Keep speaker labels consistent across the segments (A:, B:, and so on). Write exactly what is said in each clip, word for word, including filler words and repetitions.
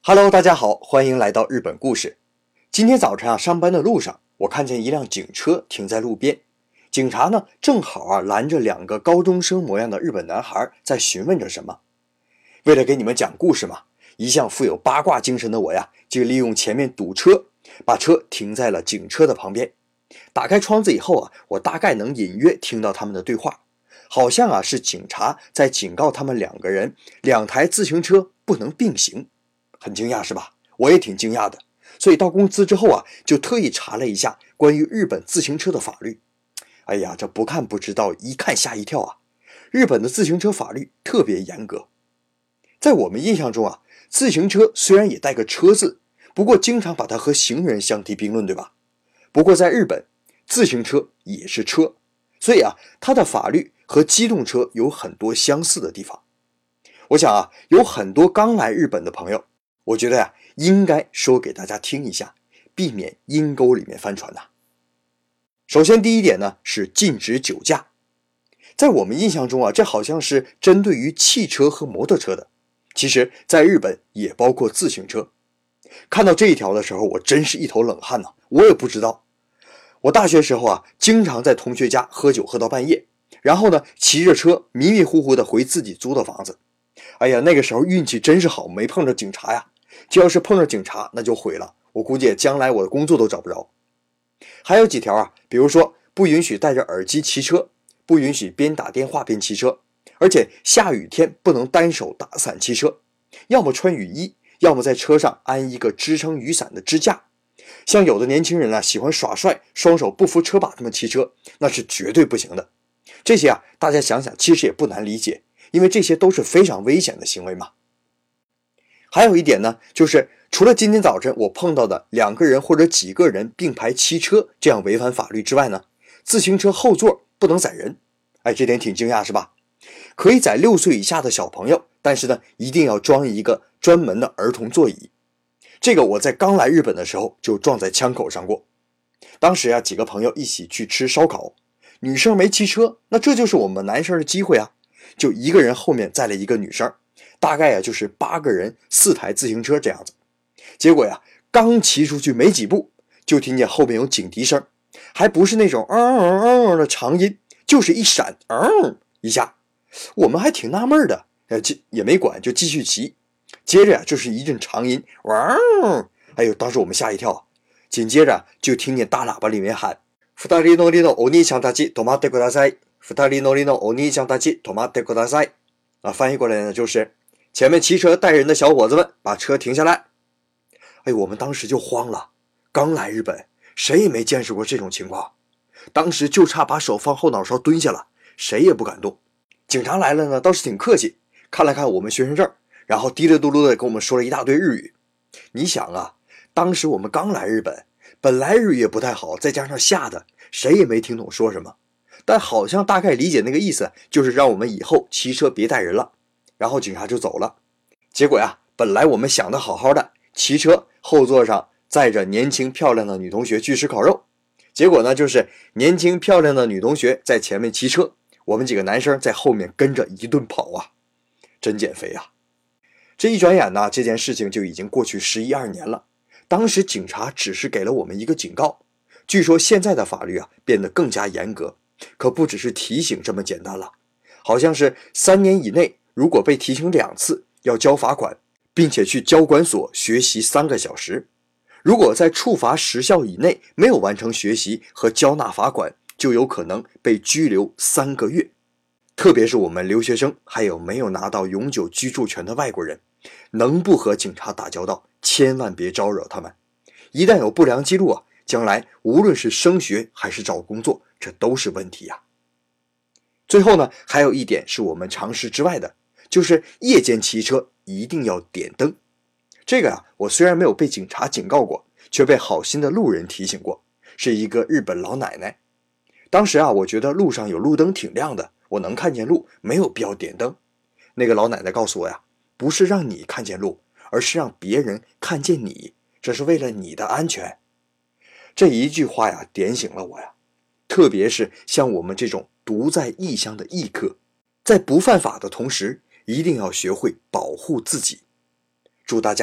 A: Hello， 大家好，欢迎来到日本故事。今天早晨啊，上班的路上，我看见一辆警车停在路边，警察呢正好啊拦着两个高中生模样的日本男孩，在询问着什么。为了给你们讲故事嘛，一向富有八卦精神的我呀，就利用前面堵车，把车停在了警车的旁边。打开窗子以后啊，我大概能隐约听到他们的对话，好像啊是警察在警告他们两个人，两台自行车不能并行。很惊讶是吧？我也挺惊讶的。所以到公司之后啊，就特意查了一下关于日本自行车的法律。哎呀，这不看不知道，一看吓一跳啊！日本的自行车法律特别严格。在我们印象中啊，自行车虽然也带个车字，不过经常把它和行人相提并论，对吧？不过在日本，自行车也是车，所以啊，它的法律和机动车有很多相似的地方。我想啊，有很多刚来日本的朋友，我觉得呀、啊，应该说给大家听一下，避免阴沟里面翻船呐、啊。首先第一点呢，是禁止酒驾。在我们印象中啊，这好像是针对于汽车和摩托车的，其实在日本也包括自行车。看到这一条的时候，我真是一头冷汗呐、啊！我也不知道，我大学时候啊，经常在同学家喝酒喝到半夜，然后呢，骑着车迷迷糊糊的回自己租的房子。哎呀，那个时候运气真是好，没碰着警察呀。就要是碰着警察，那就毁了。我估计将来我的工作都找不着。还有几条啊，比如说不允许戴着耳机骑车，不允许边打电话边骑车，而且下雨天不能单手打伞骑车，要么穿雨衣，要么在车上安一个支撑雨伞的支架。像有的年轻人啊，喜欢耍帅，双手不扶车把他们骑车，那是绝对不行的。这些啊，大家想想，其实也不难理解，因为这些都是非常危险的行为嘛。还有一点呢，就是除了今天早晨我碰到的两个人或者几个人并排骑车这样违反法律之外呢，自行车后座不能载人。哎，这点挺惊讶是吧？可以载六岁以下的小朋友，但是呢，一定要装一个专门的儿童座椅。这个我在刚来日本的时候就撞在枪口上过。当时啊，几个朋友一起去吃烧烤，女生没骑车，那这就是我们男生的机会啊，就一个人后面载了一个女生。大概呀、啊、就是八个人四台自行车这样子，结果呀刚骑出去没几步，就听见后面有警笛声，还不是那种嗯嗯嗯的长音，就是一闪嗯一下，我们还挺纳闷的，呃也没管就继续骑，接着呀、啊、就是一阵长音哇，哎呦，当时我们吓一跳，紧接着就听见大喇叭里面喊二人乗りのお兄ちゃんたち止まってください，二人乗りのお兄ちゃんたち止まってください啊，翻译过来呢就是前面骑车带人的小伙子们，把车停下来。哎，我们当时就慌了，刚来日本，谁也没见识过这种情况，当时就差把手放后脑勺蹲下了，谁也不敢动。警察来了呢，倒是挺客气，看了看我们学生证，然后滴里嘟噜的跟我们说了一大堆日语。你想啊，当时我们刚来日本，本来日语也不太好，再加上吓的，谁也没听懂说什么，但好像大概理解那个意思，就是让我们以后骑车别带人了。然后警察就走了。结果呀，本来我们想的好好的，骑车后座上载着年轻漂亮的女同学去吃烤肉，结果呢就是年轻漂亮的女同学在前面骑车，我们几个男生在后面跟着一顿跑啊，真减肥啊。这一转眼呢，这件事情就已经过去十一二年了。当时警察只是给了我们一个警告，据说现在的法律啊变得更加严格，可不只是提醒这么简单了，好像是三年以内如果被提醒两次，要交罚款，并且去交管所学习三个小时。如果在处罚时效以内没有完成学习和交纳罚款，就有可能被拘留三个月。特别是我们留学生，还有没有拿到永久居住权的外国人，能不和警察打交道，千万别招惹他们。一旦有不良记录啊，将来无论是升学还是找工作，这都是问题呀、啊。最后呢，还有一点是我们常识之外的，就是夜间骑车一定要点灯。这个啊，我虽然没有被警察警告过，却被好心的路人提醒过，是一个日本老奶奶。当时啊，我觉得路上有路灯挺亮的，我能看见路，没有必要点灯。那个老奶奶告诉我呀，不是让你看见路，而是让别人看见你，这是为了你的安全。这一句话呀，点醒了我呀。特别是像我们这种独在异乡的异客，在不犯法的同时，一定要学会保护自己。祝大家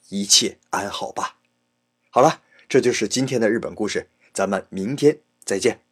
A: 一切安好吧。好了，这就是今天的日本故事，咱们明天再见。